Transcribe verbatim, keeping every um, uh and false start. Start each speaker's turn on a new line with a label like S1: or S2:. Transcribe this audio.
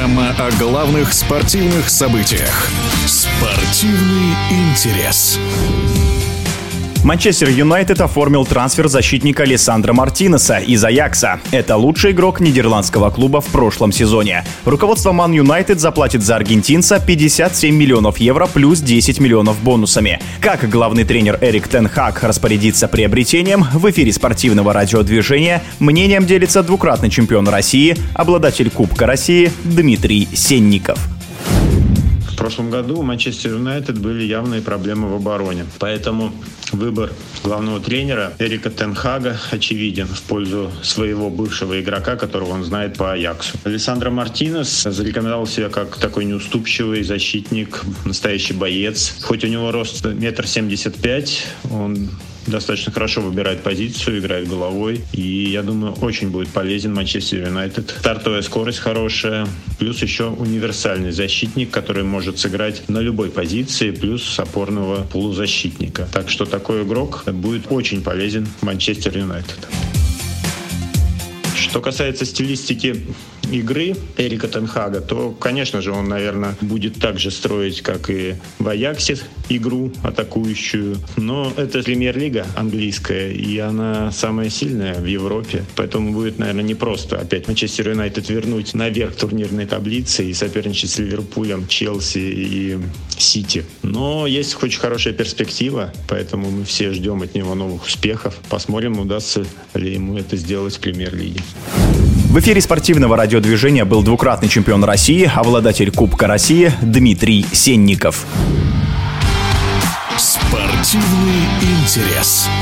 S1: Программа о главных спортивных событиях. Спортивный интерес.
S2: Манчестер Юнайтед оформил трансфер защитника Лиссандро Мартинеса из Аякса. Это лучший игрок нидерландского клуба в прошлом сезоне. Руководство Ман Юнайтед заплатит за аргентинца пятьдесят семь миллионов евро плюс десять миллионов бонусами. Как главный тренер Эрик тен Хаг распорядится приобретением, в эфире спортивного радиодвижения мнением делится двукратный чемпион России, обладатель Кубка России Дмитрий Сенников.
S3: В прошлом году у Манчестер Юнайтед были явные проблемы в обороне. Поэтому выбор главного тренера Эрика тен Хага очевиден в пользу своего бывшего игрока, которого он знает по Аяксу. Лиссандро Мартинес зарекомендовал себя как такой неуступчивый защитник, настоящий боец. Хоть у него рост метр семьдесят пять, он достаточно хорошо выбирает позицию, играет головой. И, я думаю, очень будет полезен Манчестер Юнайтед. Стартовая скорость хорошая. Плюс еще универсальный защитник, который может сыграть на любой позиции, плюс опорного полузащитника. Так что такой игрок будет очень полезен Манчестер Юнайтед. Что касается стилистики игры Эрика тен Хага, то, конечно же, он, наверное, будет так же строить, как и в Аяксе, игру атакующую. Но это премьер-лига английская, и она самая сильная в Европе. Поэтому будет, наверное, непросто опять Манчестер Юнайтед вернуть наверх турнирной таблицы и соперничать с Ливерпулем, Челси и Сити. Но есть очень хорошая перспектива, поэтому мы все ждем от него новых успехов. Посмотрим, удастся ли ему это сделать в премьер-лиге.
S2: В эфире спортивного радиодвижения был двукратный чемпион России, обладатель Кубка России Дмитрий Сенников.
S1: Спортивный интерес.